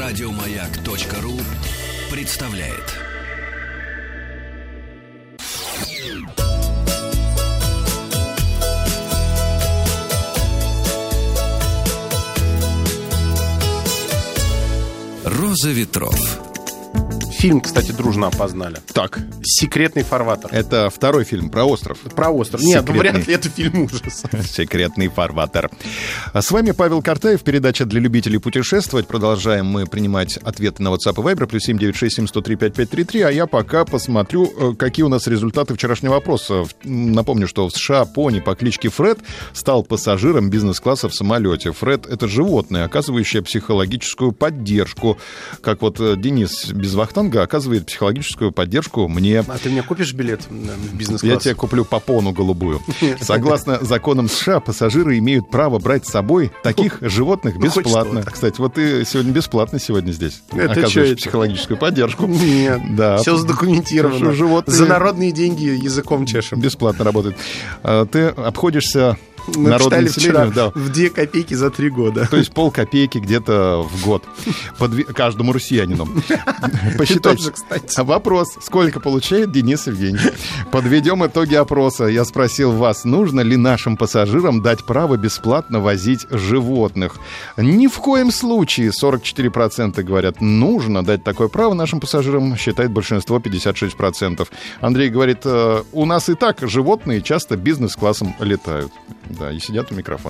Радиомаяк.ру представляет. Роза ветров. Фильм, кстати, дружно опознали. Так. «Секретный фарватер». Это второй фильм про остров. Про остров. Нет, вряд ли это фильм ужасов. «Секретный фарватер». А с вами Павел Картаев, передача для любителей путешествовать. Продолжаем мы принимать ответы на WhatsApp и Viber, +7 967 103 5533. А я пока посмотрю, какие у нас результаты вчерашнего опроса. Напомню, что в США пони по кличке Фред стал пассажиром бизнес-класса в самолете. Фред — это животное, оказывающее психологическую поддержку. Как вот Денис без вахтанга оказывает психологическую поддержку мне. А ты мне купишь билет в бизнес-класс? Я тебе куплю попону голубую. Согласно законам США, пассажиры имеют право брать с собой таких животных бесплатно. Кстати, вот ты сегодня бесплатно здесь оказываешь психологическую поддержку. Нет, да. Все задокументировано. Животные... За народные деньги языком чешем. Бесплатно работает. Ты обходишься... Мы читали вчера, да, в 2 копейки за 3 года. То есть полкопейки где-то в год каждому россиянину. Посчитай. Вопрос: сколько получает Денис Евгеньевич? Подведем итоги опроса. Я спросил вас, нужно ли нашим пассажирам дать право бесплатно возить животных. Ни в коем случае. 44% говорят, нужно дать такое право нашим пассажирам. Считает большинство, 56%. Андрей говорит, у нас и так животные часто бизнес-классом летают. Да, и сидят у микрофона.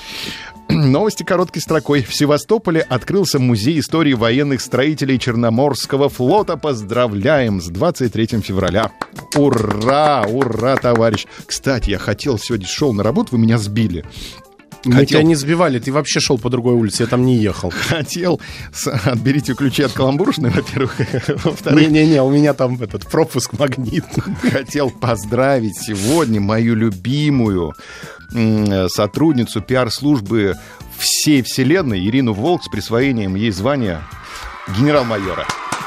Новости короткой строкой. В Севастополе открылся музей истории военных строителей Черноморского флота. Поздравляем с 23 февраля. Ура, ура, товарищ. Кстати, я сегодня шел на работу, вы меня сбили. Мы тебя не сбивали, ты вообще шел по другой улице, я там не ехал. Отберите ключи от каламбуршной, во-первых. Во-вторых... Не-не-не, у меня там пропуск магнит. Хотел поздравить сегодня мою любимую сотрудницу пиар-службы всей вселенной Ирину Волк с присвоением ей звания генерал-майора.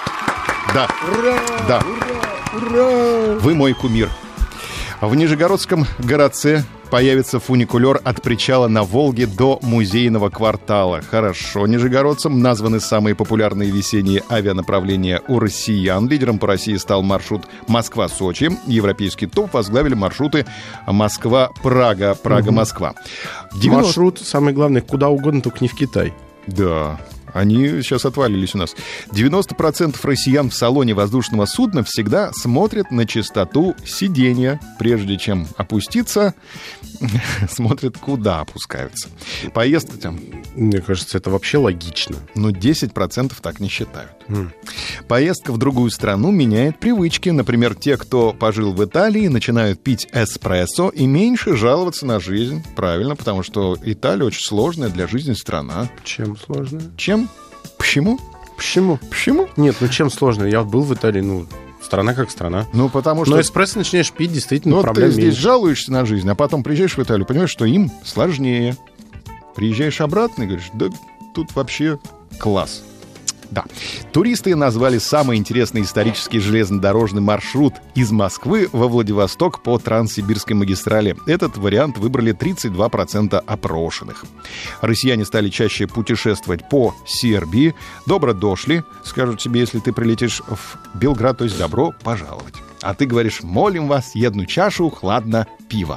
Да. Ура! Да. Ура! Ура! Вы мой кумир. В Нижегородском городце появится фуникулер от причала на Волге до музейного квартала. Хорошо, нижегородцам названы самые популярные весенние авианаправления у россиян. Лидером по России стал маршрут Москва-Сочи. Европейский топ возглавили маршруты Москва-Прага, Прага-Москва. Маршрут, самый главный, куда угодно, только не в Китай. Да. Они сейчас отвалились у нас. 90% россиян в салоне воздушного судна всегда смотрят на чистоту сиденья. Прежде чем опуститься, смотрят, куда опускаются. Поездка там... Мне кажется, это вообще логично. Но 10% так не считают. Поездка в другую страну меняет привычки. Например, те, кто пожил в Италии, начинают пить эспрессо и меньше жаловаться на жизнь. Правильно, потому что Италия очень сложная для жизни страна. Чем сложная? Чем? Почему? Почему? Нет, чем сложно? Я был в Италии, страна как страна. Потому что... Но эспрессо начинаешь пить, действительно, проблем ты здесь жалуешься на жизнь, а потом приезжаешь в Италию, понимаешь, что им сложнее. Приезжаешь обратно и говоришь, да тут вообще класс. Да. Туристы назвали самый интересный исторический железнодорожный маршрут из Москвы во Владивосток по Транссибирской магистрали. Этот вариант выбрали 32% опрошенных. Россияне стали чаще путешествовать по Сербии. Добро дошли, скажут тебе, если ты прилетишь в Белград, то есть добро пожаловать. А ты говоришь, молим вас, одну чашу хладно пива.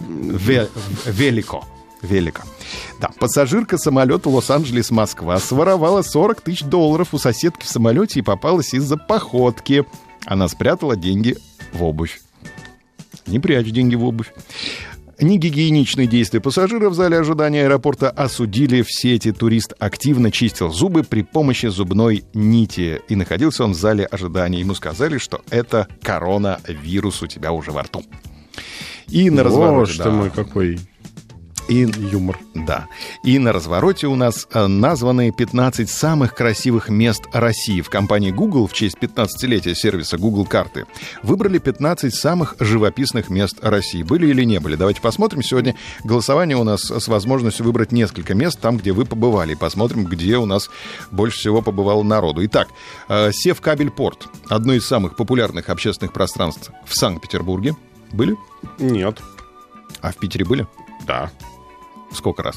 Велико. Да, пассажирка самолета Лос-Анджелес-Москва своровала $40 тысяч у соседки в самолете и попалась из-за походки. Она спрятала деньги в обувь. Не прячь деньги в обувь. Негигиеничные действия пассажира в зале ожидания аэропорта осудили в сети. Турист активно чистил зубы при помощи зубной нити. И находился он в зале ожидания. Ему сказали, что это коронавирус у тебя уже во рту. И на развороте... Что мой какой... юмор. Да. И на развороте у нас названы 15 самых красивых мест России. В компании Google в честь 15-летия сервиса Google карты выбрали 15 самых живописных мест России. Были или не были? Давайте посмотрим. Сегодня голосование у нас с возможностью выбрать несколько мест там, где вы побывали. И посмотрим, где у нас больше всего побывало народу. Итак, Севкабельпорт. Одно из самых популярных общественных пространств в Санкт-Петербурге. Были? Нет. А в Питере были? Да. Сколько раз?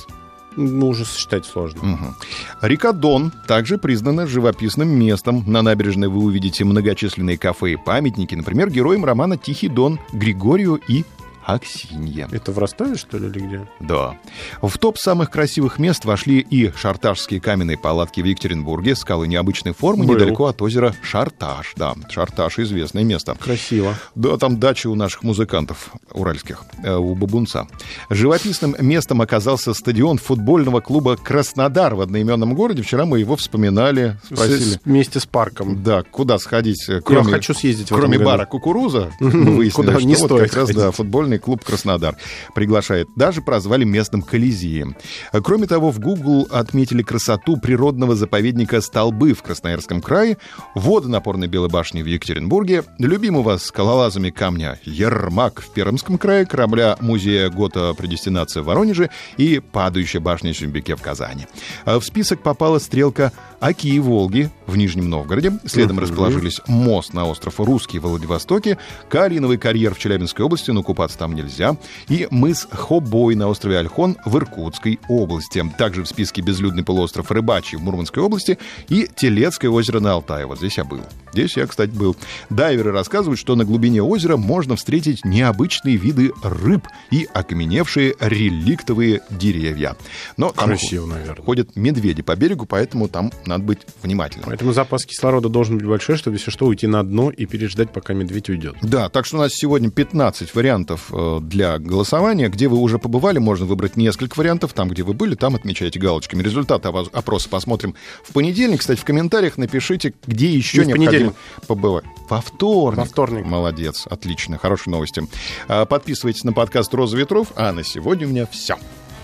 Ну, уже сосчитать сложно. Река Дон также признана живописным местом. На набережной вы увидите многочисленные кафе и памятники, например, героям романа «Тихий Дон» Григорию и Аксинье. Это в Ростове, что ли, или где? Да. В топ самых красивых мест вошли и шарташские каменные палатки в Екатеринбурге, скалы необычной формы недалеко от озера Шарташ. Да, Шарташ — известное место. Красиво. Да, там дача у наших музыкантов уральских, у Бабунца. Живописным местом оказался стадион футбольного клуба «Краснодар» в одноименном городе. Вчера мы его вспоминали, спросили. Вместе с парком. Да, куда сходить, Я кроме, хочу съездить в кроме этом бара году. «Кукуруза». Мы выяснили, Куда что не вот стоит как раз, да, ходить. футбольный клуб «Краснодар» приглашает. Даже прозвали местным Колизеем. Кроме того, в Google отметили красоту природного заповедника Столбы в Красноярском крае, водонапорной Белой башни в Екатеринбурге, любимого скалолазами камня Ермак в Пермском крае, корабля музея Гота «Предестинация» в Воронеже и падающая башня Сюмбике в Казани. В список попала стрелка Оки и Волги в Нижнем Новгороде. Следом расположились мост на остров Русский в Владивостоке, Калиновый карьер в Челябинской области, но купаться там нельзя, и мыс Хобой на острове Ольхон в Иркутской области. Также в списке безлюдный полуостров Рыбачий в Мурманской области и Телецкое озеро на Алтае. Вот здесь я был. Здесь я, кстати, был. Дайверы рассказывают, что на глубине озера можно встретить необычные виды рыб и окаменевшие реликтовые деревья. Но там Красиво, наверное. ходят медведи по берегу, поэтому там надо быть внимательным. Поэтому запас кислорода должен быть большой, чтобы, если что, уйти на дно и переждать, пока медведь уйдет. Да, так что у нас сегодня 15 вариантов для голосования. Где вы уже побывали, можно выбрать несколько вариантов. Там, где вы были, там отмечайте галочками. Результаты опроса посмотрим в понедельник. Кстати, в комментариях напишите, где еще необходимо побывать. Во вторник. Во вторник. Молодец, отлично, хорошие новости. Подписывайтесь на подкаст «Роза ветров». А на сегодня у меня все.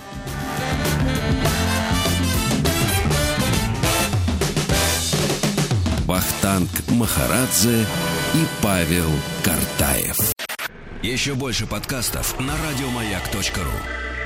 Вахтанг Махарадзе и Павел Картаев. Еще больше подкастов на радиомаяк.ру.